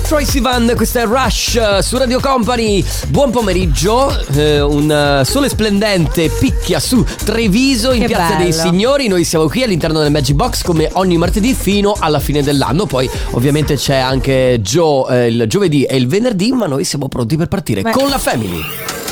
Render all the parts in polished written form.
Troye Sivan, questa è Rush su Radio Company. Buon pomeriggio, un sole splendente picchia su Treviso in Che Piazza bello. dei Signori. Noi siamo qui all'interno del Magic Box come ogni martedì fino alla fine dell'anno. Poi ovviamente c'è anche il giovedì e il venerdì, ma noi siamo pronti per partire con la Family.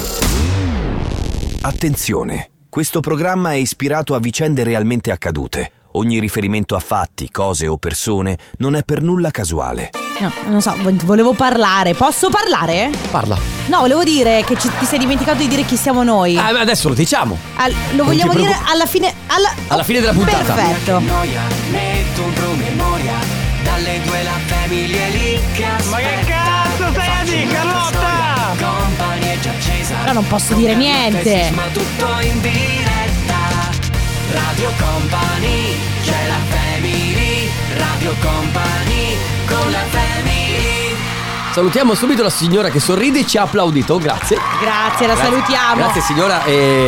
Attenzione, questo programma è ispirato a vicende realmente accadute. Ogni riferimento a fatti, cose o persone non è per nulla casuale. No, non so, volevo parlare. Posso parlare? Parla. No, volevo dire che ti sei dimenticato di dire chi siamo noi. Ma adesso lo diciamo. Lo vogliamo ti dire preoccup- alla fine. Alla fine della puntata. Perfetto. Noia, metto un promemoria. Dalle 2 la famiglia è lì che aspetta. Ma che cazzo stai a dire, Carlotta? Company è già accesa. Però non posso dire niente. Ma tutto in diretta. Radio Company, c'è la family. Radio Company, con la family. Salutiamo subito la signora che sorride e ci ha applaudito. Grazie. Grazie, la salutiamo. Grazie signora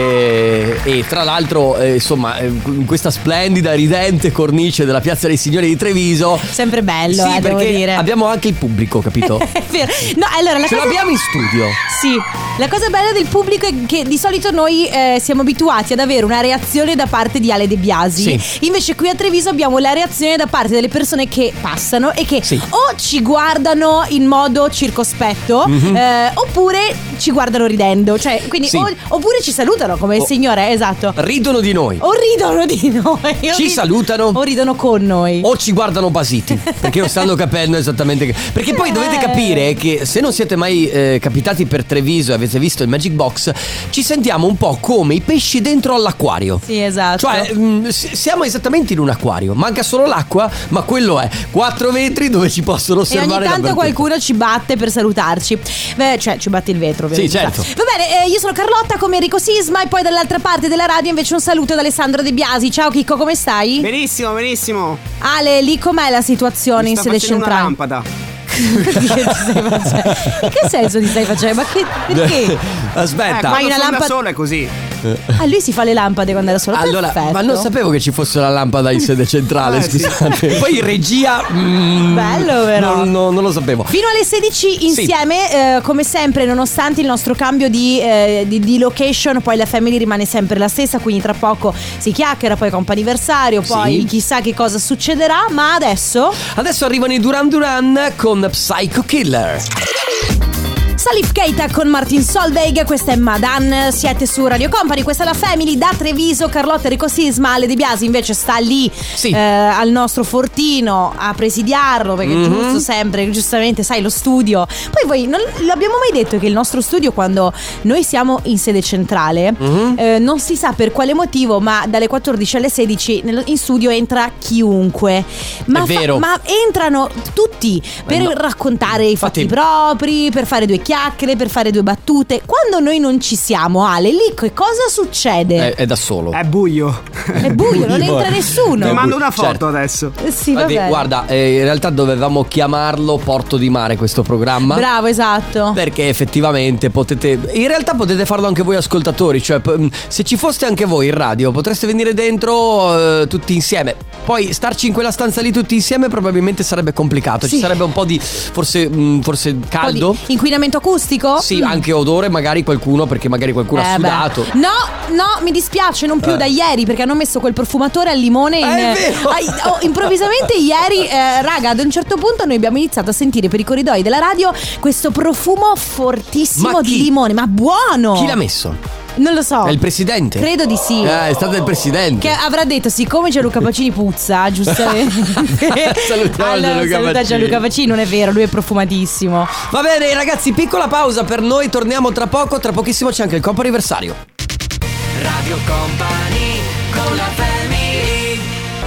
e tra l'altro insomma in questa splendida ridente cornice della Piazza dei Signori di Treviso. Sempre bello, Sì, devo perché dire. abbiamo anche il pubblico, capito? È vero. No, allora Ce l'abbiamo in studio. Sì, la cosa bella del pubblico è che di solito noi siamo abituati ad avere una reazione da parte di Ale De Biasi. Sì. Invece qui a Treviso abbiamo la reazione da parte delle persone che passano e che Sì. o ci guardano in modo circospetto oppure ci guardano ridendo. Cioè, quindi Sì. oppure ci salutano come il signore, esatto. Ridono di noi. O ridono di noi. Ci salutano. O ridono con noi. O ci guardano basiti perché non stanno capendo esattamente perché poi dovete capire che se non siete mai capitati per Treviso e avete visto il Magic Box, ci sentiamo un po' come i pesci dentro all'acquario. Sì, esatto. Cioè siamo esattamente in un acquario. Manca solo l'acqua, ma quello è 4 vetri dove ci possono E osservare ogni tanto dappertutto. qualcuno ci batte per salutarci. Beh, cioè ci batte il vetro, ovviamente. Sì, certo. Va bene, io sono Carlotta come Enrico Sisma. E poi dall'altra parte della radio invece un saluto da Alessandro De Biasi. Ciao Chicco, come stai? Benissimo, benissimo. Ale, lì com'è la situazione Mi in sta sede facendo una centrale? lampada. Che ti stai facendo? In che senso ti stai facendo? Ma perché? Aspetta. Ma Quando una sono lampada- da solo è così. Ah, lui si fa le lampade quando era solo. Allora, Perfetto. ma non sapevo che ci fosse la lampada in sede centrale, Sì. scusate. Poi in regia Bello, però. non lo sapevo. Fino alle 16 insieme, come sempre, nonostante il nostro cambio di location, poi la family rimane sempre la stessa, quindi tra poco si chiacchiera, poi comp'anniversario, poi Sì. chissà che cosa succederà, ma adesso Adesso arrivano i Duran Duran con Psycho Killer. Salif Keita con Martin Solveig, questa è Madan, siete su Radio Company, questa è la family da Treviso, Carlotta, Enrico Sisma, Ale De Biasi invece sta lì Sì. al nostro fortino a presidiarlo, perché è giusto sempre, giustamente, sai, lo studio. Poi voi non l'abbiamo mai detto che il nostro studio, quando noi siamo in sede centrale, non si sa per quale motivo, ma dalle 14 alle 16 in studio entra chiunque. Ma È vero. ma entrano tutti per no. raccontare i fatti Infatti- propri, per fare due chiacchiere, per fare due battute. Quando noi non ci siamo, Ale, lì che cosa succede? È da solo. È buio. È buio, non entra nessuno. Ti mando una foto certo. adesso. Sì, Vabbè, vabbè. guarda, in realtà dovevamo chiamarlo Porto di Mare questo programma. Bravo, esatto. Perché effettivamente in realtà potete farlo anche voi ascoltatori. Cioè se ci foste anche voi in radio potreste venire dentro tutti insieme. Poi starci in quella stanza lì tutti insieme probabilmente sarebbe complicato. Sì. Ci sarebbe un po' di forse caldo. Un po' di inquinamento acustico? Sì, anche odore, magari qualcuno, perché magari qualcuno ha sudato. Beh. No, mi dispiace, non più da ieri, perché hanno messo quel profumatore al limone in, È vero. improvvisamente ieri, raga, ad un certo punto noi abbiamo iniziato a sentire per i corridoi della radio questo profumo fortissimo Ma di chi? limone, ma buono! Chi l'ha messo? Non lo so. È il presidente? Credo di sì. È stato il presidente. Che avrà detto, siccome Gianluca Pacini puzza, giustamente. Salutiamo Allora, Gianluca saluta Pacini. Gianluca Pacini, non è vero, lui è profumatissimo. Va bene ragazzi, piccola pausa per noi, torniamo tra poco. Tra pochissimo c'è anche il compo anniversario. Radio Company, con la family.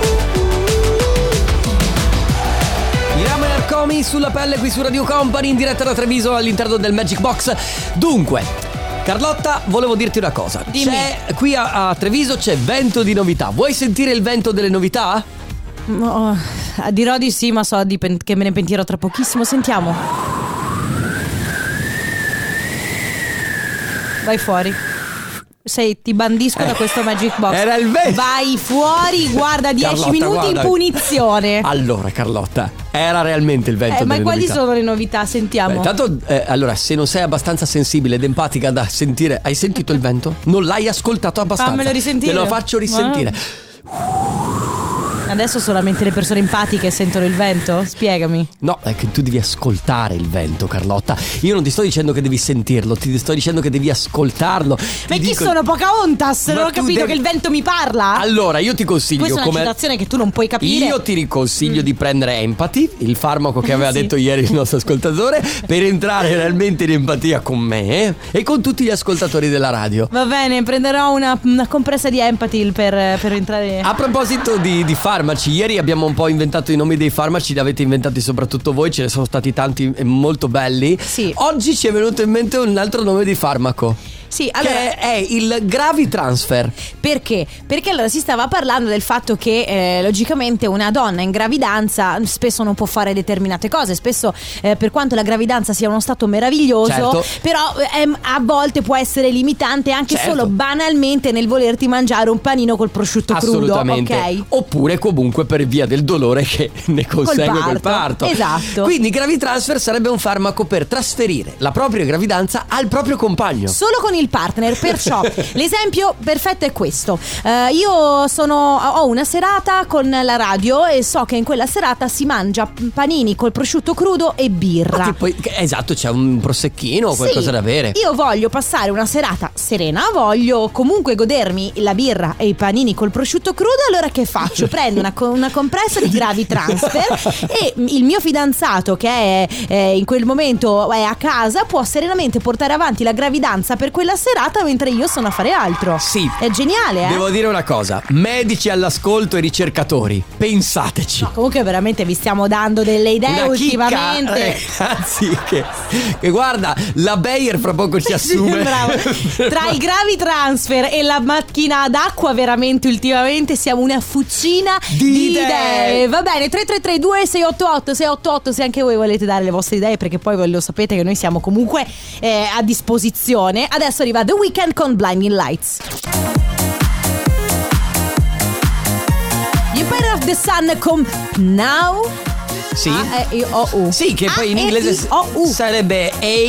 Irama e Arcomi sulla pelle qui su Radio Company in diretta da Treviso all'interno del Magic Box. Dunque, Carlotta, volevo dirti una cosa. Dimmi. C'è qui a Treviso c'è vento di novità. Vuoi sentire il vento delle novità? Dirò di sì, ma so che me ne pentirò tra pochissimo. Sentiamo. Vai fuori. ti bandisco da questo Magic Box. Era il vento. Vai fuori, guarda, 10 Carlotta, minuti guarda. in punizione. Allora Carlotta, era realmente il vento Ma delle quali novità. sono le novità? Sentiamo. Intanto, allora, se non sei abbastanza sensibile ed empatica da sentire, hai sentito il vento? Non l'hai ascoltato abbastanza. Fammelo risentire. Te lo faccio risentire. Adesso solamente le persone empatiche sentono il vento? Spiegami. No, è che tu devi ascoltare il vento, Carlotta. Io non ti sto dicendo che devi sentirlo, ti sto dicendo che devi ascoltarlo. Ma chi sono? Pocahontas? Ma Non ho tu capito devi- che il vento mi parla? Allora, io ti consiglio Questa è una come citazione che tu non puoi capire. Io ti riconsiglio di prendere Empathy, il farmaco che aveva Sì. detto ieri il nostro ascoltatore, per entrare realmente in empatia con me e con tutti gli ascoltatori della radio. Va bene, prenderò una compressa di Empathy per entrare. A proposito di farmaci, ieri abbiamo un po' inventato i nomi dei farmaci, li avete inventati soprattutto voi, ce ne sono stati tanti e molto belli. Sì. Oggi ci è venuto in mente un altro nome di farmaco. Sì, allora, Che è il Gravitransfer. perché? Perché allora si stava parlando del fatto che logicamente una donna in gravidanza spesso non può fare determinate cose. Spesso per quanto la gravidanza sia uno stato meraviglioso, Certo. però a volte può essere limitante anche Certo. solo banalmente nel volerti mangiare un panino col prosciutto Assolutamente. crudo, ok? Oppure comunque per via del dolore che ne consegue col parto. Esatto. Quindi Gravitransfer sarebbe un farmaco per trasferire la propria gravidanza al proprio compagno. Solo con il partner, perciò l'esempio perfetto è questo. Io ho una serata con la radio e so che in quella serata si mangia panini col prosciutto crudo e birra. Esatto, c'è un prosecchino o qualcosa Sì, da bere. Io voglio passare una serata serena, voglio comunque godermi la birra e i panini col prosciutto crudo. Allora che faccio? Prendo una compressa di Gravitransfer e il mio fidanzato, che è in quel momento è a casa, può serenamente portare avanti la gravidanza per quella serata mentre io sono a fare altro. Sì. È geniale, Devo dire una cosa, medici all'ascolto e ricercatori, pensateci. No, comunque veramente vi stiamo dando delle idee Una ultimamente. chicca, ragazzi, che guarda, la Bayer fra poco ci assume. Bravo. Tra il Gravitransfer e la macchina d'acqua veramente ultimamente siamo una fucina Di di idee. idee. Va bene, 3332 688 688 se anche voi volete dare le vostre idee, perché poi voi lo sapete che noi siamo comunque a disposizione. Adesso arriva The Weeknd con Blinding Lights. You Better of the Sun con Now. Sì. A-E-I-O-U. Sì, che poi in inglese A-E-I-O-U. sarebbe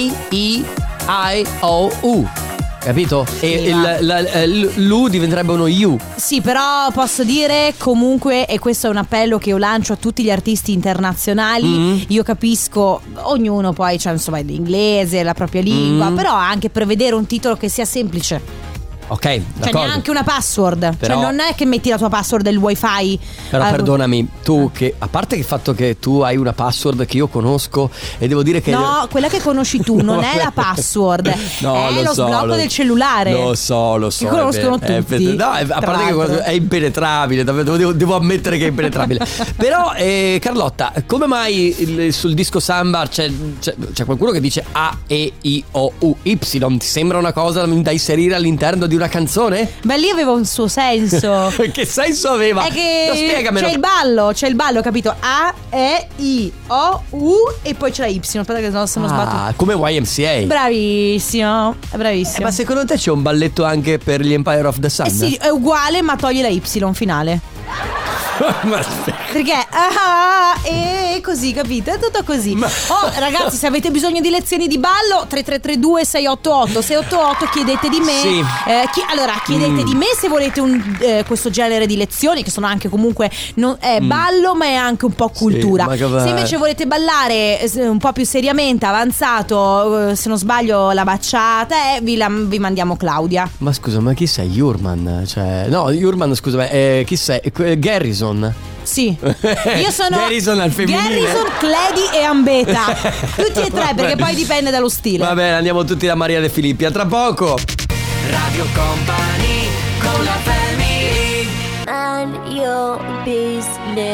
A-E-I-O-U. Capito? E Sì, l'U diventerebbe uno U. Sì, però posso dire comunque, e questo è un appello che io lancio a tutti gli artisti internazionali, io capisco, ognuno poi c'ha insomma l'inglese, la propria lingua, però anche prevedere un titolo che sia semplice. Ok, Cioè d'accordo. neanche una password. Però- Cioè non è che metti la tua password del wifi. Però perdonami, tu che, a parte il fatto che tu hai una password che io conosco e devo dire che... No, quella che conosci tu non è la password. No, è lo lo so, sblocco del cellulare. Lo so. Che conoscono è tutti, no, a tra parte che l'altro. è impenetrabile, devo ammettere che è impenetrabile. Però, Carlotta, come mai sul disco Samba c'è qualcuno che dice A-E-I-O-U Y? Ti sembra una cosa da inserire all'interno di una canzone? Beh, lì aveva un suo senso. Che senso aveva? È che No, spiegamelo. c'è il ballo, capito? A, E, I, O, U e poi c'è la Y. Aspetta che no, sono sbattuto. Come YMCA. Bravissimo, bravissimo. Ma secondo te c'è un balletto anche per gli Empire of the Sun? Sì, è uguale ma toglie la Y finale. Ma aspetta. Perché e così, capite? È tutto così. Ma- Oh, ragazzi, se avete bisogno di lezioni di ballo, 3332 688 688, chiedete di me. Sì. Allora, chiedete di me se volete questo genere di lezioni, che sono anche comunque è ballo, ma è anche un po' cultura. ma che va- Se invece volete ballare un po' più seriamente, avanzato, se non sbaglio la baciata, vi mandiamo Claudia. Ma scusa, ma chi sei? Jurman? Cioè, no, Jurman, scusa, chi sei? Garrison. Sì, io sono Garrison al femminile. Garrison, Cledi e Ambeta. Tutti e tre, perché poi dipende dallo stile. Va bene, andiamo tutti da Maria De Filippi. A tra poco. Radio Company con la family. Mind your business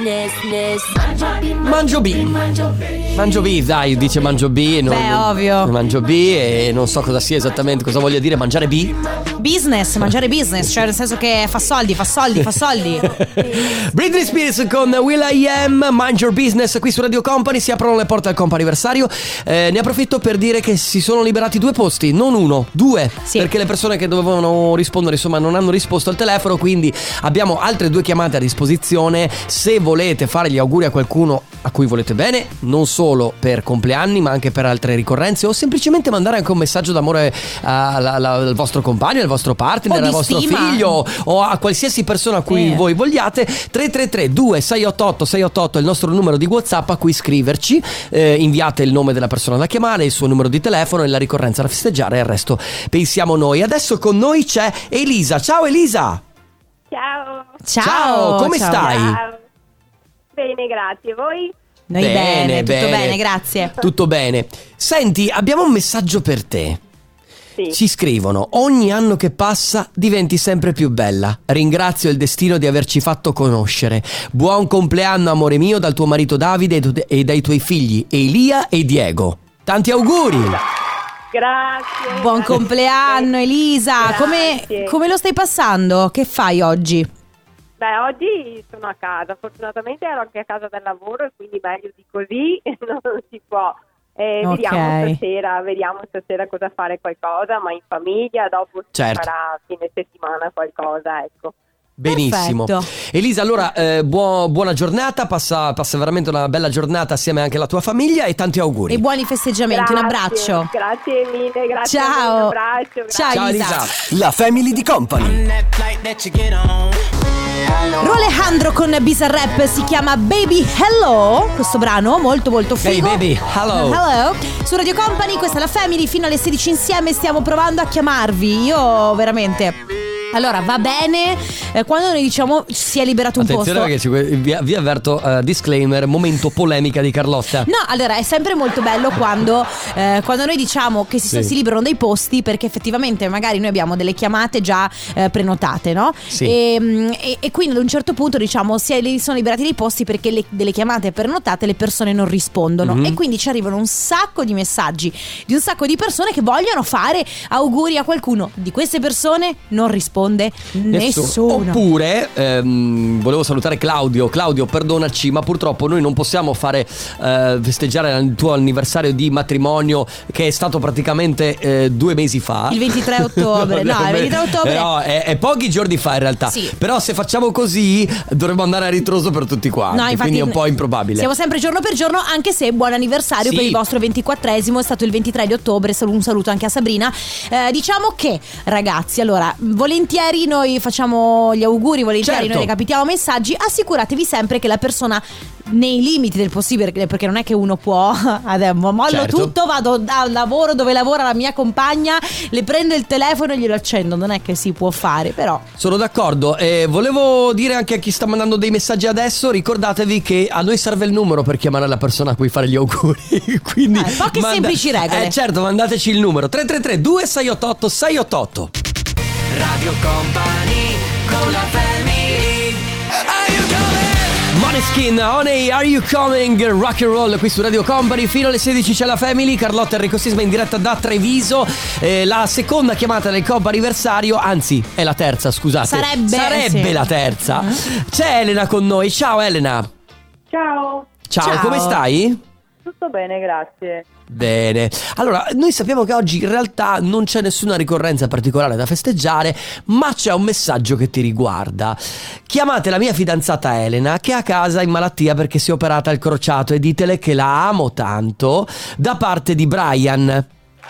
Mangio B, dai, dice mangio B. Ovvio. Mangio B e non so cosa sia esattamente, cosa voglia dire mangiare B. Mangiare business, cioè nel senso che fa soldi. Britney Spears con will.i.am, Mind Your Business, qui su Radio Company. Si aprono le porte al comp'anniversario. Ne approfitto per dire che si sono liberati 2 posti, non 1, 2, sì. Perché le persone che dovevano rispondere insomma non hanno risposto al telefono, quindi abbiamo altre 2 chiamate a disposizione. Se volete fare gli auguri a qualcuno a cui volete bene, non solo per compleanni ma anche per altre ricorrenze, o semplicemente mandare anche un messaggio d'amore al vostro compagno, al vostro partner, al vostro figlio o a qualsiasi persona a cui voi vogliate. 333-2688-688 è il nostro numero di WhatsApp a cui scriverci. Inviate il nome della persona da chiamare, il suo numero di telefono e la ricorrenza da festeggiare, e il resto pensiamo noi. Adesso con noi c'è Elisa. Ciao Elisa. Ciao, come stai? Ciao. Bene, grazie. Voi? Noi bene, tutto bene, grazie. Tutto bene. Senti, abbiamo un messaggio per te. Sì. Ci scrivono: ogni anno che passa diventi sempre più bella. Ringrazio il destino di averci fatto conoscere. Buon compleanno, amore mio, dal tuo marito Davide e dai tuoi figli Elia e Diego. Tanti auguri. Grazie. Buon compleanno Elisa. Grazie. Come lo stai passando? Che fai oggi? Beh, oggi sono a casa. Fortunatamente ero anche a casa dal lavoro e quindi meglio di così non si può. Vediamo stasera cosa fare, qualcosa, ma in famiglia. Dopo si farà fine settimana qualcosa, ecco. Benissimo. Perfetto. Elisa, allora buona giornata, passa veramente una bella giornata assieme anche alla tua famiglia e tanti auguri. E buoni festeggiamenti, Grazie. un abbraccio. Grazie mille, grazie. Ciao. Un abbraccio. Ciao Elisa. La Family di Company. Alejandro con Bizarrap, si chiama Baby Hello. Questo brano molto molto figo. Hey baby, hello. Su Radio Company, questa è la Family, fino alle 16 insieme. Stiamo provando a chiamarvi. Io veramente... Allora, va bene quando noi diciamo si è liberato un posto. Attenzione perché vi avverto, disclaimer, momento polemica di Carlotta. No, allora è sempre molto bello quando noi diciamo che si liberano dei posti, perché effettivamente magari noi abbiamo delle chiamate già prenotate, no? Sì. E quindi ad un certo punto diciamo sono liberati dei posti perché delle chiamate prenotate le persone non rispondono, e quindi ci arrivano un sacco di messaggi di un sacco di persone che vogliono fare auguri a qualcuno. Di queste persone non risponde nessuno. Oppure volevo salutare Claudio, perdonaci, ma purtroppo noi non possiamo fare festeggiare il tuo anniversario di matrimonio, che è stato praticamente 2 mesi fa, il 23 ottobre. No, il 23 ottobre. No, è pochi giorni fa in realtà. Sì. Però se facciamo così dovremmo andare a ritroso per tutti quanti. No, infatti, quindi è un po' improbabile. Siamo sempre giorno per giorno, anche se buon anniversario per il vostro 24esimo, è stato il 23 di ottobre. Un saluto anche a Sabrina. Diciamo che, ragazzi, allora, volentieri noi facciamo gli auguri, volentieri noi recapitiamo messaggi. Assicuratevi sempre che la persona, nei limiti del possibile, perché non è che uno può mollo tutto, vado al lavoro dove lavora la mia compagna, le prendo il telefono e glielo accendo, non è che si può fare, però sono d'accordo. Volevo dire anche a chi sta mandando dei messaggi adesso: ricordatevi che a noi serve il numero per chiamare la persona a cui fare gli auguri. Quindi poche semplici regole. Certo, mandateci il numero 333-2688-688. Radio Company con la Family. Are you coming? Måneskin, Honey, Are You Coming? Rock and roll qui su Radio Company. Fino alle 16 c'è la Family. Carlotta Enrico Sisma in diretta da Treviso. La seconda chiamata del comp anniversario, anzi è la terza, scusate. Sarebbe la terza. C'è Elena con noi. Ciao Elena. Ciao. Ciao, come stai? Tutto bene, grazie. Bene, allora noi sappiamo che oggi in realtà non c'è nessuna ricorrenza particolare da festeggiare, ma c'è un messaggio che ti riguarda. Chiamate la mia fidanzata Elena, che è a casa in malattia perché si è operata al crociato, e ditele che la amo tanto, da parte di Brian.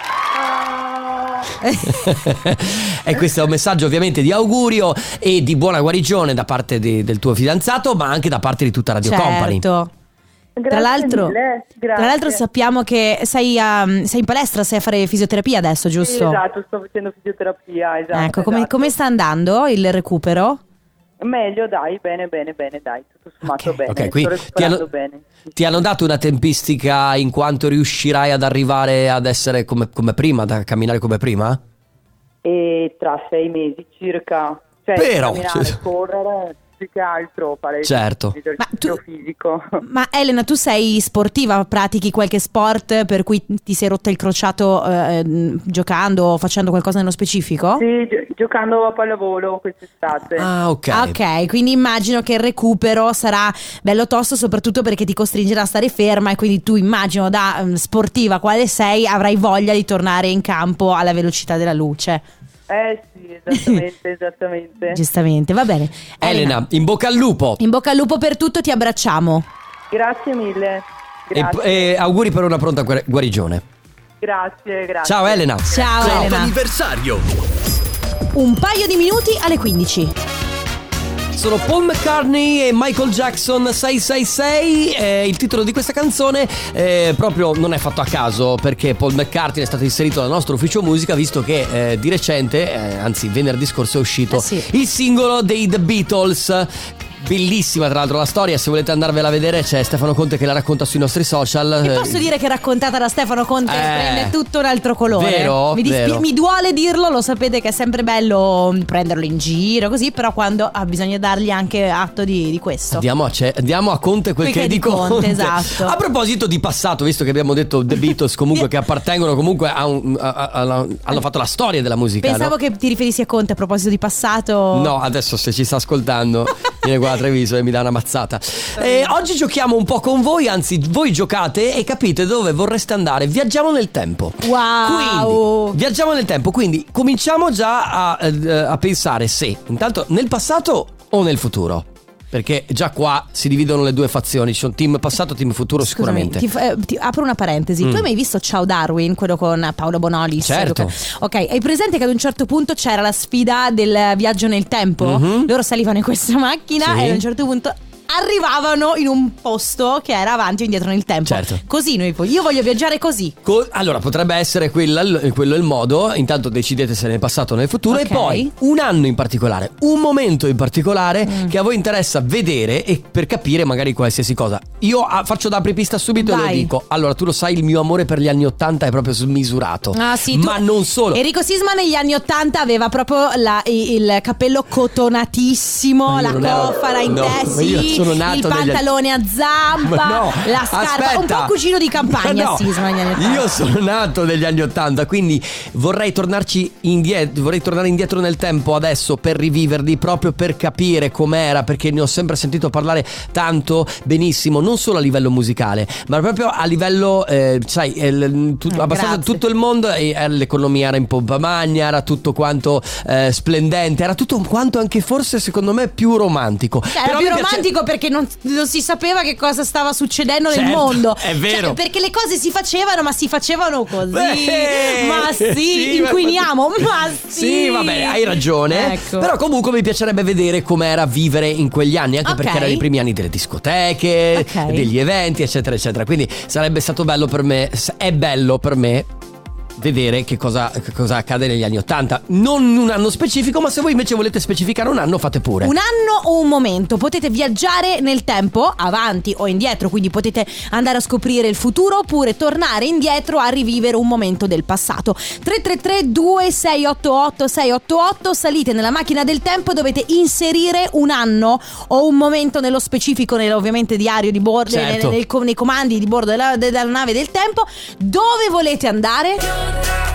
E questo è un messaggio ovviamente di augurio e di buona guarigione da parte del tuo fidanzato, ma anche da parte di tutta Radio Company. Tra l'altro sappiamo che sei in palestra, sei a fare fisioterapia adesso, giusto? Sì, esatto, sto facendo fisioterapia, esatto. Ecco, come sta andando il recupero? Meglio, dai, bene, dai, tutto sommato bene. Ok, qui sto recuperando bene. Ti hanno dato una tempistica in quanto riuscirai ad arrivare ad essere come prima, ad camminare come prima? E tra 6 mesi circa. Cioè, però camminare, correre. più che altro fare esercizio fisico. Ma Elena, tu sei sportiva? Pratichi qualche sport per cui ti sei rotta il crociato giocando o facendo qualcosa nello specifico? Sì, giocando a pallavolo quest'estate. Ah, ok, quindi immagino che il recupero sarà bello tosto, soprattutto perché ti costringerà a stare ferma, e quindi tu, immagino, da sportiva quale sei, avrai voglia di tornare in campo alla velocità della luce. Sì, esattamente. Giustamente, va bene. Elena, in bocca al lupo. In bocca al lupo per tutto, ti abbracciamo. Grazie mille. E auguri per una pronta guarigione. Grazie. Ciao Elena. Ciao Elena. Anniversario. Un paio di minuti alle 15. Sono Paul McCartney e Michael Jackson, 666. Il titolo di questa canzone proprio non è fatto a caso, perché Paul McCartney è stato inserito dal nostro ufficio musica, visto che di recente, anzi venerdì scorso, è uscito il singolo dei The Beatles. Bellissima tra l'altro la storia, se volete andarvela a vedere c'è Stefano Conte che la racconta sui nostri social. E posso dire che raccontata da Stefano Conte prende tutto un altro colore. Vero? Mi duole dirlo, lo sapete che è sempre bello prenderlo in giro così, però quando ha bisogno dargli anche atto di questo. Andiamo a Conte quel che è di Conte. Esatto. A proposito di passato, visto che abbiamo detto The Beatles comunque che appartengono comunque hanno fatto la storia della musica. Pensavo che ti riferissi a Conte a proposito di passato. No, adesso se ci sta ascoltando viene qua a Treviso e mi dà una mazzata. Oggi giochiamo un po' con voi, anzi voi giocate e capite dove vorreste andare. Viaggiamo nel tempo. Wow. Quindi viaggiamo nel tempo, quindi cominciamo già a pensare se intanto nel passato o nel futuro. Perché già qua si dividono le due fazioni, ci sono team passato, team futuro. Scusami, sicuramente. ti apro una parentesi. Tu hai mai visto Ciao Darwin, quello con Paolo Bonolis? Certo. Ok, hai presente che ad un certo punto c'era la sfida del viaggio nel tempo? Loro salivano in questa macchina e ad un certo punto arrivavano in un posto che era avanti o indietro nel tempo. Certo. Così io voglio viaggiare così. Allora potrebbe essere quello il modo. Intanto decidete se nel passato o nel futuro. Ok. E poi un anno in particolare, un momento in particolare che a voi interessa vedere, e per capire magari qualsiasi cosa. Io faccio da apripista subito. Vai. E lo dico. Allora tu lo sai, il mio amore per gli anni 80 è proprio smisurato. Ah sì, ma non solo. Enrico Sisma negli anni 80 aveva proprio il capello cotonatissimo, la cofana in testa, il pantalone a zampa, la scarpa, un po' cugino di campagna. Sisma negli anni 80. Io sono nato negli anni 80, quindi vorrei tornare indietro nel tempo adesso per riviverli, proprio per capire com'era, perché ne ho sempre sentito parlare tanto benissimo, non solo a livello musicale, ma proprio a livello abbastanza tutto il mondo. L'economia era in pompa magna, era tutto quanto splendente, era tutto quanto anche forse secondo me più romantico. Era più romantico perché non si sapeva che cosa stava succedendo nel mondo. È vero. Perché le cose si facevano, ma si facevano così. Ma sì, inquiniamo. Ma sì, va bene, hai ragione. Ecco. Però comunque mi piacerebbe vedere com'era vivere in quegli anni, anche perché erano i primi anni delle discoteche, degli eventi, eccetera eccetera. Quindi sarebbe stato bello per me, è bello per me vedere che cosa accade negli anni 80. Non un anno specifico, ma se voi invece volete specificare un anno, fate pure. Un anno o un momento. Potete viaggiare nel tempo, avanti o indietro, quindi potete andare a scoprire il futuro oppure tornare indietro a rivivere un momento del passato. 333-2688-688. Salite nella macchina del tempo, dovete inserire un anno o un momento nello specifico, ovviamente diario di bordo, nei comandi di bordo della nave del tempo. Dove volete andare?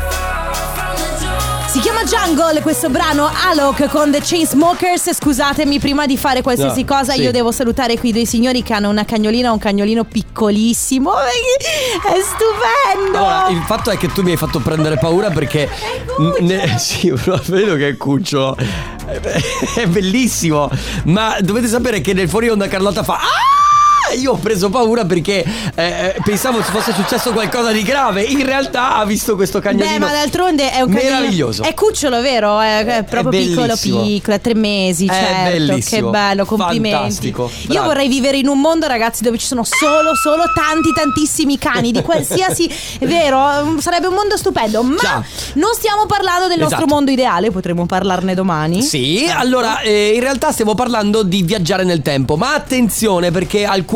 Si chiama Jungle questo brano, Alok con The Chainsmokers. Scusatemi, prima di fare qualsiasi cosa io devo salutare qui due signori che hanno una cagnolina, un cagnolino piccolissimo. È stupendo. Allora, il fatto è che tu mi hai fatto prendere paura perché sì, vedo che è cuccio. È bellissimo. Ma dovete sapere che nel fuori onda Carlotta fa io ho preso paura perché pensavo fosse successo qualcosa di grave. In realtà ha visto questo cagnolino. Ma d'altronde è un cagnolino meraviglioso. È cucciolo, vero? È proprio piccolo, è 3 mesi. Certo, bellissimo. Che bello, complimenti. Fantastico. Io vorrei vivere in un mondo, ragazzi, dove ci sono solo tantissimi cani di qualsiasi. È vero, sarebbe un mondo stupendo. Ma non stiamo parlando del nostro mondo ideale, potremmo parlarne domani. Sì, allora in realtà stiamo parlando di viaggiare nel tempo. Ma attenzione, perché alcuni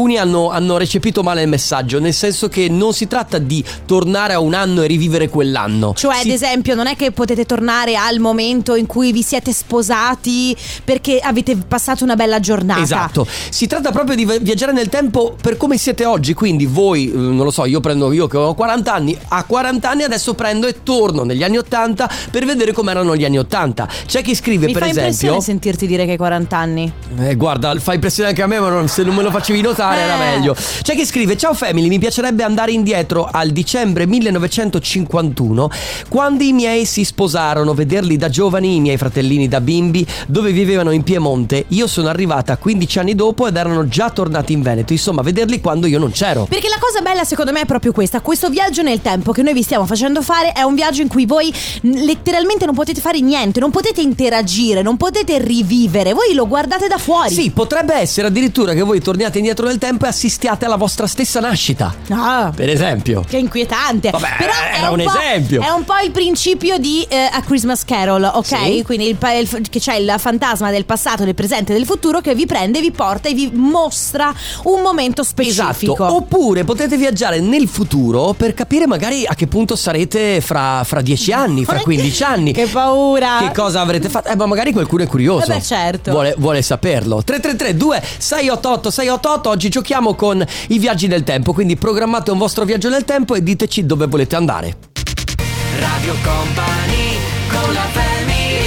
alcuni hanno recepito male il messaggio, nel senso che non si tratta di tornare a un anno e rivivere quell'anno. Cioè, ad esempio, non è che potete tornare al momento in cui vi siete sposati perché avete passato una bella giornata. Esatto. Si tratta proprio di viaggiare nel tempo per come siete oggi. Quindi voi, non lo so, io che ho 40 anni, a 40 anni adesso prendo e torno negli anni 80 per vedere com'erano gli anni 80. C'è chi scrive, per esempio... Mi fa impressione sentirti dire che hai 40 anni. Guarda, fa impressione anche a me, ma se non me lo facevi notare era meglio. C'è chi scrive: ciao family, mi piacerebbe andare indietro al dicembre 1951, quando i miei si sposarono, vederli da giovani, i miei fratellini da bimbi, dove vivevano in Piemonte. Io sono arrivata 15 anni dopo ed erano già tornati in Veneto. Insomma, vederli quando io non c'ero. Perché la cosa bella secondo me è proprio questa: questo viaggio nel tempo che noi vi stiamo facendo fare è un viaggio in cui voi letteralmente non potete fare niente, non potete interagire, non potete rivivere, voi lo guardate da fuori. Sì, potrebbe essere addirittura che voi torniate indietro nel tempo e assistiate alla vostra stessa nascita. Per esempio. Che inquietante. Vabbè, però era un esempio. È un po' il principio di A Christmas Carol, ok? Sì. Quindi che c'è il fantasma del passato, del presente e del futuro che vi prende, vi porta e vi mostra un momento specifico. Esatto. Oppure potete viaggiare nel futuro per capire magari a che punto sarete fra 10 anni, fra 15 anni. Che paura. Che cosa avrete fatto? Ma magari qualcuno è curioso. Beh, certo. Vuole saperlo. 333-2688. Oggi giochiamo con i viaggi nel tempo. Quindi programmate un vostro viaggio nel tempo e diteci dove volete andare. Radio Company con la family.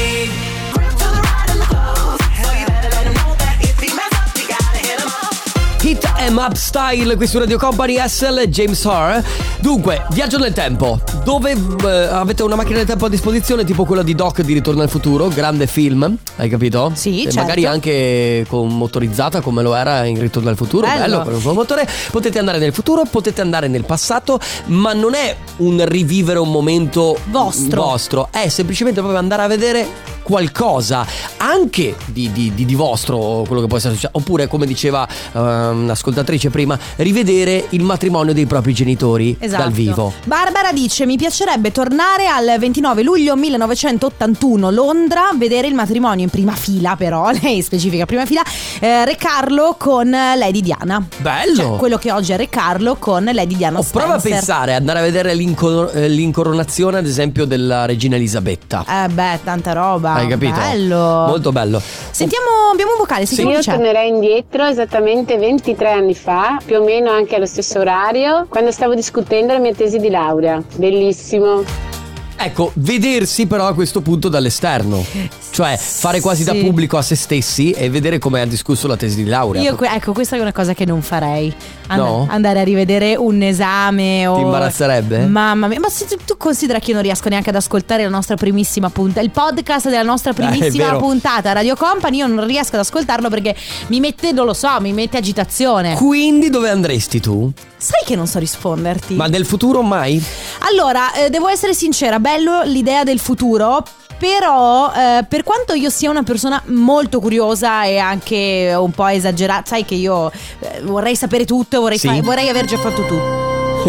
Hit 'em up style qui su Radio Company, SL, James Harr. Dunque, viaggio nel tempo. Dove avete una macchina del tempo a disposizione, tipo quella di Doc di Ritorno al Futuro, grande film, hai capito? Sì, certo. Magari anche con motorizzata come lo era in Ritorno al Futuro. Bello con un motore. Potete andare nel futuro, potete andare nel passato, ma non è un rivivere un momento vostro. È semplicemente proprio andare a vedere qualcosa anche di vostro, quello che può essere successo. Oppure, come diceva un'ascoltatrice prima, rivedere il matrimonio dei propri genitori dal vivo. Barbara dice: mi piacerebbe tornare al 29 luglio 1981 Londra, vedere il matrimonio in prima fila, però lei specifica prima fila, Re Carlo con Lady Diana. Bello, cioè, quello che oggi è Re Carlo con Lady Diana Spencer. Prova a pensare, andare a vedere l'incoronazione ad esempio della regina Elisabetta. Beh, tanta roba. Hai capito? Bello. Molto bello. Sentiamo, abbiamo un vocale. Sentiamo Io tornerei indietro esattamente 23 anni fa, più o meno anche allo stesso orario, quando stavo discutendo la mia tesi di laurea. Bellissimo. Ecco, vedersi però a questo punto dall'esterno, cioè fare quasi da pubblico a se stessi e vedere come ha discusso la tesi di laurea. Ecco, questa è una cosa che non farei. No? Andare a rivedere un esame o... Ti imbarazzerebbe? Mamma mia, ma se tu considera che io non riesco neanche ad ascoltare la nostra primissima puntata, il podcast della nostra primissima puntata Radio Company, io non riesco ad ascoltarlo perché mi mette, non lo so, mi mette agitazione. Quindi dove andresti tu? Sai che non so risponderti. Ma nel futuro mai? Allora, devo essere sincera, bello l'idea del futuro, però per quanto io sia una persona molto curiosa e anche un po' esagerata, sai che io vorrei sapere tutto, vorrei aver già fatto tutto.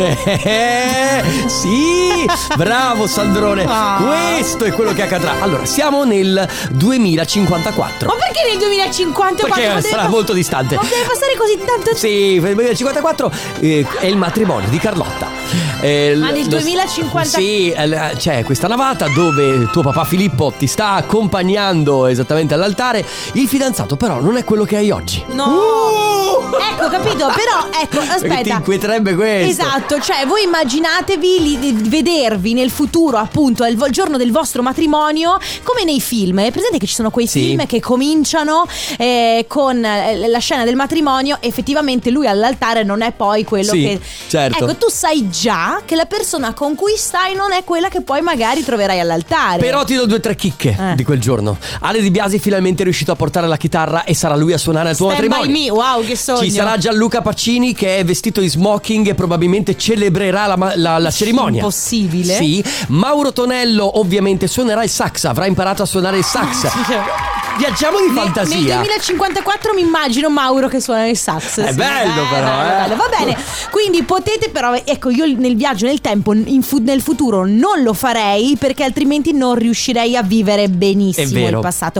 Sì, bravo Sandrone. Questo è quello che accadrà. Allora, siamo nel 2054. Ma perché nel 2054? Perché sarà molto distante. Ma deve passare così tanto tempo? Sì, nel 2054 è il matrimonio di Carlotta. Ma nel 2050? Sì, c'è questa navata dove tuo papà Filippo ti sta accompagnando esattamente all'altare. Il fidanzato però non è quello che hai oggi. No. Ecco, capito? Però, ecco, aspetta. Perché ti inquieterebbe questo. Esatto, cioè voi immaginatevi vedervi nel futuro, appunto, il giorno del vostro matrimonio, come nei film. È presente che ci sono quei film che cominciano con la scena del matrimonio. Effettivamente lui all'altare non è poi quello che... certo. Ecco, tu sai già che la persona con cui stai non è quella che poi magari troverai all'altare. Però ti do 2 o 3 chicche di quel giorno. Ale Di Biasi finalmente è riuscito a portare la chitarra e sarà lui a suonare al tuo matrimonio. By me, wow, che sogno. Ci sarà Gianluca Pacini che è vestito in smoking e probabilmente celebrerà la cerimonia. Impossibile. Sì. Mauro Tonello ovviamente suonerà il sax, avrà imparato a suonare il sax. Viaggiamo di Nel fantasia. 2054 mi immagino Mauro che suona il sax. È bello però, bello. Va bene. Quindi potete però, ecco, io nel viaggio nel tempo nel futuro non lo farei, perché altrimenti non riuscirei a vivere benissimo il passato.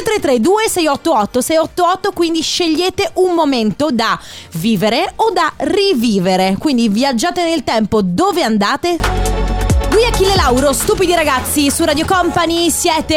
333-2688-688, quindi scegliete un momento da vivere o da rivivere. Quindi viaggiate nel tempo, dove andate? Lui è Achille Lauro, Stupidi ragazzi su Radio Company.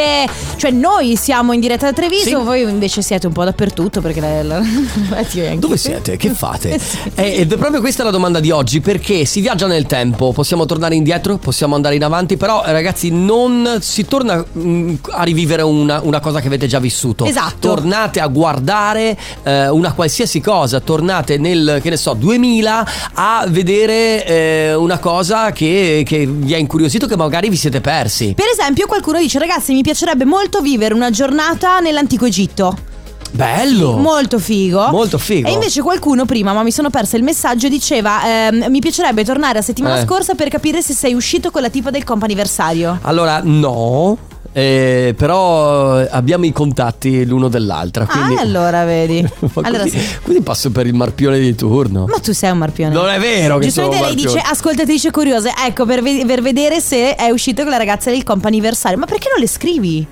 Noi siamo in diretta da Treviso, sì. Voi invece siete un po' dappertutto, perché dove siete? Che fate? Ed è proprio questa la domanda di oggi, perché si viaggia nel tempo, possiamo tornare indietro, possiamo andare in avanti, però ragazzi non si torna a rivivere una cosa che avete già vissuto. Esatto. Tornate a guardare una qualsiasi cosa, tornate nel, che ne so, 2000 a vedere una cosa che vi ha incuriosito, che magari vi siete persi. Per esempio qualcuno dice: ragazzi, mi piacerebbe molto vivere una giornata nell'antico Egitto. Bello! Molto figo. Molto figo. E invece qualcuno prima, ma mi sono persa il messaggio, diceva mi piacerebbe tornare a settimana scorsa per capire se sei uscito con la tipa del comp'anniversario. Allora no, però abbiamo i contatti l'uno dell'altra, quindi... allora vedi. Allora quindi passo per il marpione di turno. Ma tu sei un marpione. Non è vero che sono un marpione. Lei dice: ascoltatrice curiose, ecco, per vedere se è uscito con la ragazza del comp'anniversario. Ma perché non le scrivi?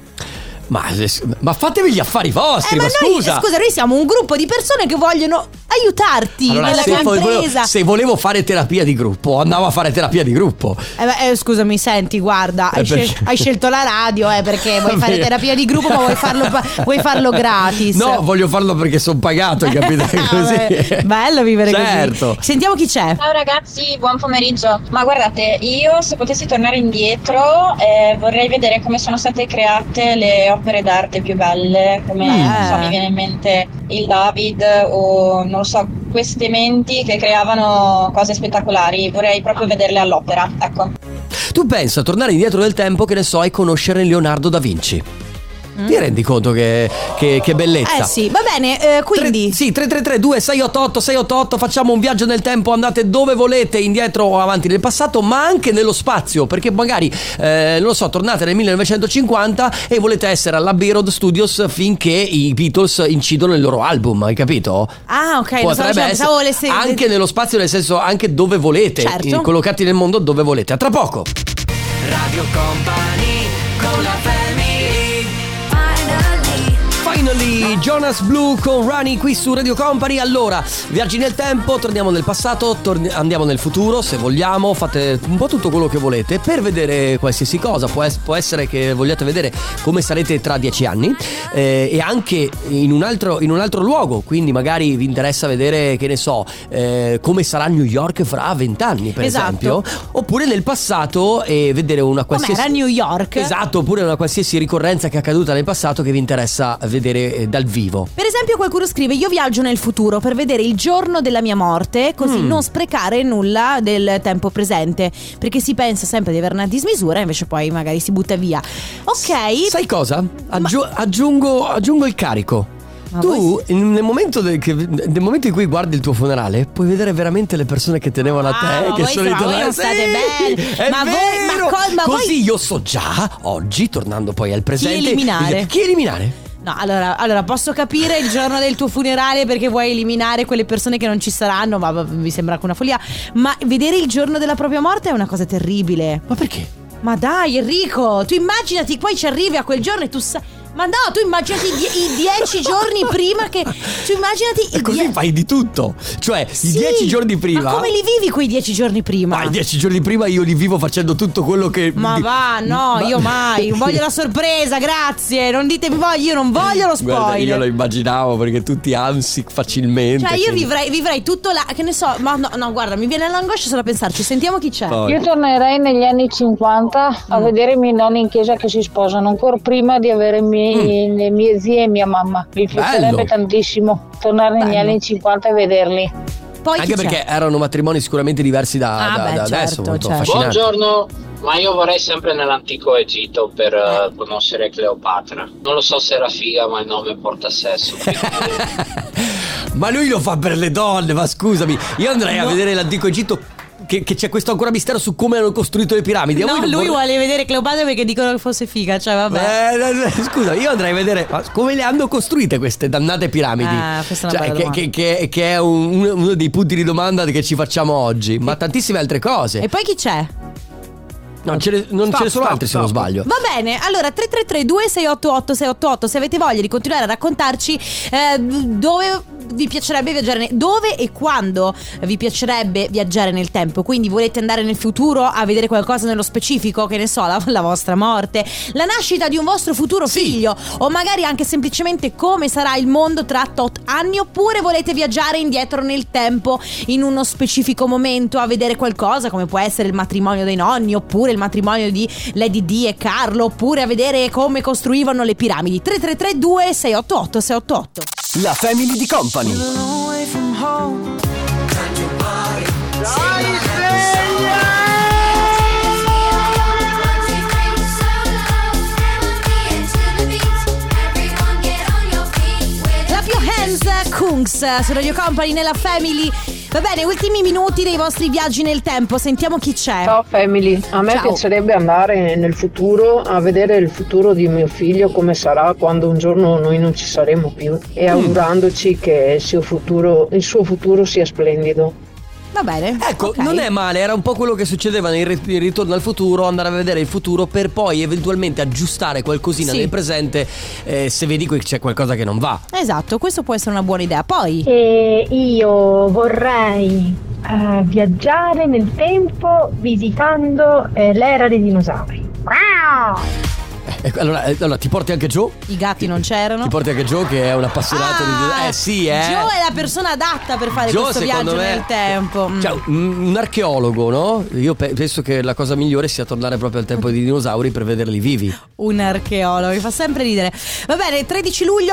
Ma fatevi gli affari vostri, ma scusa. Noi siamo un gruppo di persone che vogliono aiutarti nella tua impresa. Se volevo fare terapia di gruppo, andavo a fare terapia di gruppo. Scusami, senti, guarda, hai scelto la radio perché vuoi fare terapia di gruppo, ma vuoi farlo gratis. No, voglio farlo perché sono pagato, hai capito? Così. Bello vivere certo. Così. Sentiamo chi c'è. Ciao ragazzi, buon pomeriggio. Ma guardate, io se potessi tornare indietro vorrei vedere come sono state create le opere d'arte più belle, come non so, mi viene in mente il David o non lo so, queste menti che creavano cose spettacolari. Vorrei proprio vederle all'opera, ecco. Tu pensa a tornare indietro nel tempo, che ne so, e conoscere Leonardo da Vinci. Ti rendi conto che bellezza? Sì, va bene, quindi 333-2688-688, facciamo un viaggio nel tempo, andate dove volete, indietro o avanti nel passato, ma anche nello spazio, perché magari non lo so, tornate nel 1950 e volete essere all'Abbey Road Studios finché i Beatles incidono il loro album, hai capito? Ok, potrebbe essere anche nello spazio, nel senso anche dove volete, certo. Collocati nel mondo dove volete. A tra poco. Radio Company con la family. Finally, Jonas Blue con Rani qui su Radio Company. Allora, viaggi nel tempo, torniamo nel passato, andiamo nel futuro se vogliamo, fate un po' tutto quello che volete per vedere qualsiasi cosa. Può essere che vogliate vedere come sarete tra 10 anni e anche in un altro luogo, quindi magari vi interessa vedere, che ne so, come sarà New York fra 20 anni per esempio, oppure nel passato e vedere una qualsiasi... Com'era New York? Esatto, oppure una qualsiasi ricorrenza che è accaduta nel passato che vi interessa vedere dal vivo. Per esempio qualcuno scrive: io viaggio nel futuro per vedere il giorno della mia morte, così non sprecare nulla del tempo presente, perché si pensa sempre di avere una dismisura, invece poi magari si butta via. Ok. Sai cosa? Aggiungo il carico. Tu nel momento in cui guardi il tuo funerale puoi vedere veramente le persone che tenevano a te, che sono voi state belli. Così io so già oggi, tornando poi al presente, chi eliminare? No, allora posso capire il giorno del tuo funerale perché vuoi eliminare quelle persone che non ci saranno, ma mi sembra anche una follia. Ma vedere il giorno della propria morte è una cosa terribile. Ma perché? Ma dai, Enrico, tu immaginati, poi ci arrivi a quel giorno e tu sai... Ma no, tu immaginati i 10 giorni prima che... Tu immaginati... E così fai di tutto. Cioè, i 10 giorni prima... Ma come li vivi quei 10 giorni prima? Ma i 10 giorni prima io li vivo facendo tutto quello che... Io mai. Voglio la sorpresa, grazie. Non ditemi io non voglio lo spoiler. Guarda, io lo immaginavo perché tu ti ansi facilmente. Cioè, io vivrei tutto là, che ne so... Ma no, guarda, mi viene l'angoscia solo a pensarci. Sentiamo chi c'è. Io tornerei negli anni 50 a vedere i miei nonni in chiesa che si sposano, ancora prima di avere le mie zie e mia mamma. Mi piacerebbe tantissimo tornare negli anni 50 e vederli. Poi anche perché erano matrimoni sicuramente diversi da adesso, molto affascinanti. Buongiorno, ma io vorrei sempre nell'antico Egitto per conoscere Cleopatra. Non lo so se era figa, ma il nome porta sesso. Ma lui lo fa per le donne, ma scusami. Io andrei a vedere l'antico Egitto che c'è questo ancora mistero su come hanno costruito le piramidi. No, lui vuole vedere Cleopatra perché dicono che fosse figa, cioè vabbè. Scusa, io andrei a vedere come le hanno costruite queste dannate piramidi. Questa è una bella domanda. Che è uno dei punti di domanda che ci facciamo oggi. Ma tantissime altre cose. E poi chi c'è? Non ce ne sono altri se non sbaglio. Va bene, allora 333-2688-688 se avete voglia di continuare a raccontarci dove vi piacerebbe viaggiare, dove e quando vi piacerebbe viaggiare nel tempo. Quindi volete andare nel futuro a vedere qualcosa nello specifico, che ne so, la vostra morte, la nascita di un vostro futuro figlio, o magari anche semplicemente come sarà il mondo tra tot anni, oppure volete viaggiare indietro nel tempo in uno specifico momento a vedere qualcosa come può essere il matrimonio dei nonni, oppure il matrimonio di Lady Di e Carlo, oppure a vedere come costruivano le piramidi. 333-2688-688. La Family di Company. La più Hands Kungs su Radio Company nella Family. Va bene, ultimi minuti dei vostri viaggi nel tempo, sentiamo chi c'è. Ciao Family, a me piacerebbe andare nel futuro a vedere il futuro di mio figlio, come sarà quando un giorno noi non ci saremo più, e augurandoci che il suo futuro sia splendido. Va bene. Ecco, okay. Non è male, era un po' quello che succedeva nel Ritorno al futuro, andare a vedere il futuro per poi eventualmente aggiustare qualcosina nel presente se vedi che c'è qualcosa che non va. Esatto, questo può essere una buona idea. Poi io vorrei viaggiare nel tempo visitando l'era dei dinosauri. Wow! Allora ti porti anche Joe? I gatti non c'erano. Ti porti anche Joe, che è un appassionato di... Joe è la persona adatta per fare questo viaggio nel tempo. Cioè, un archeologo, no? Io penso che la cosa migliore sia tornare proprio al tempo dei dinosauri per vederli vivi. Un archeologo, mi fa sempre ridere. Va bene, 13 luglio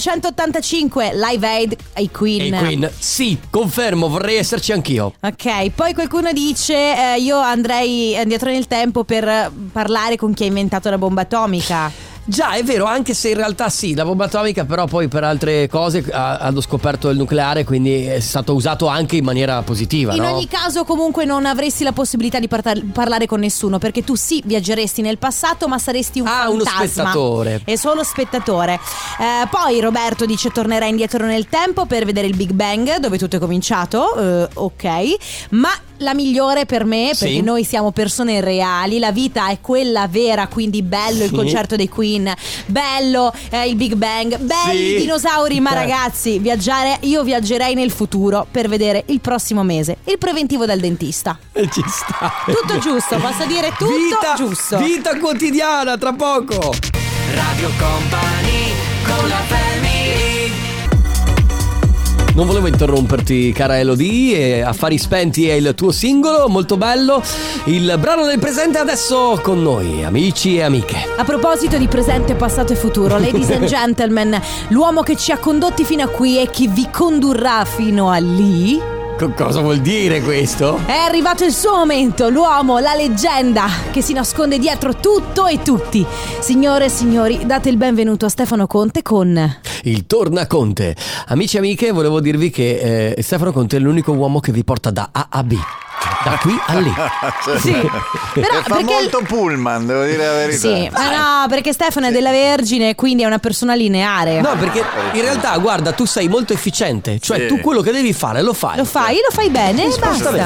1985, Live Aid ai Queen. Sì, confermo, vorrei esserci anch'io. Ok, poi qualcuno dice io andrei indietro nel tempo per parlare con chi ha inventato la bomba atomica. Già, è vero, anche se in realtà sì, la bomba atomica però poi per altre cose hanno scoperto il nucleare, quindi è stato usato anche in maniera positiva, in ogni caso comunque non avresti la possibilità di parlare con nessuno, perché tu sì viaggeresti nel passato, ma saresti un fantasma. Uno spettatore. E solo spettatore. Poi Roberto dice tornerai indietro nel tempo per vedere il Big Bang, dove tutto è cominciato. Ok, ma la migliore per me, perché noi siamo persone reali, la vita è quella vera, quindi bello il concerto dei Queen, bello il Big Bang, belli i dinosauri, ma ragazzi, io viaggerei nel futuro per vedere il prossimo mese il preventivo dal dentista. Ci sta. Tutto giusto, basta dire tutto giusto. Vita quotidiana, tra poco. Radio Company con la Family. Non volevo interromperti, cara Elodie. Affari spenti è il tuo singolo, molto bello. Il brano del presente adesso con noi, amici e amiche. A proposito di presente, passato e futuro, ladies and gentlemen, l'uomo che ci ha condotti fino a qui e chi vi condurrà fino a lì. Cosa vuol dire questo? È arrivato il suo momento, l'uomo, la leggenda che si nasconde dietro tutto e tutti. Signore e signori, date il benvenuto a Stefano Conte con il Tornaconte. Amici e amiche, volevo dirvi che Stefano Conte è l'unico uomo che vi porta da A a B, da qui a lì. Sì, però fa molto pullman, devo dire la verità. Sì, ma no, perché Stefano è della Vergine, quindi è una persona lineare. No, perché in realtà, guarda, tu sei molto efficiente. Cioè, tu quello che devi fare lo fai. Lo fai bene e basta.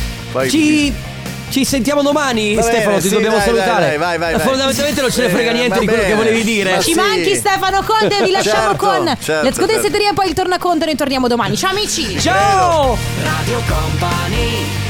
Ci sentiamo domani. Stefano, ti dobbiamo salutare. Vai. Fondamentalmente non ce ne frega niente di quello che volevi dire. Ci manchi Stefano Conte, vi lasciamo con Let's Go Densetteria e poi il Tornaconte. Noi torniamo domani. Ciao amici. Ciao. Radio Company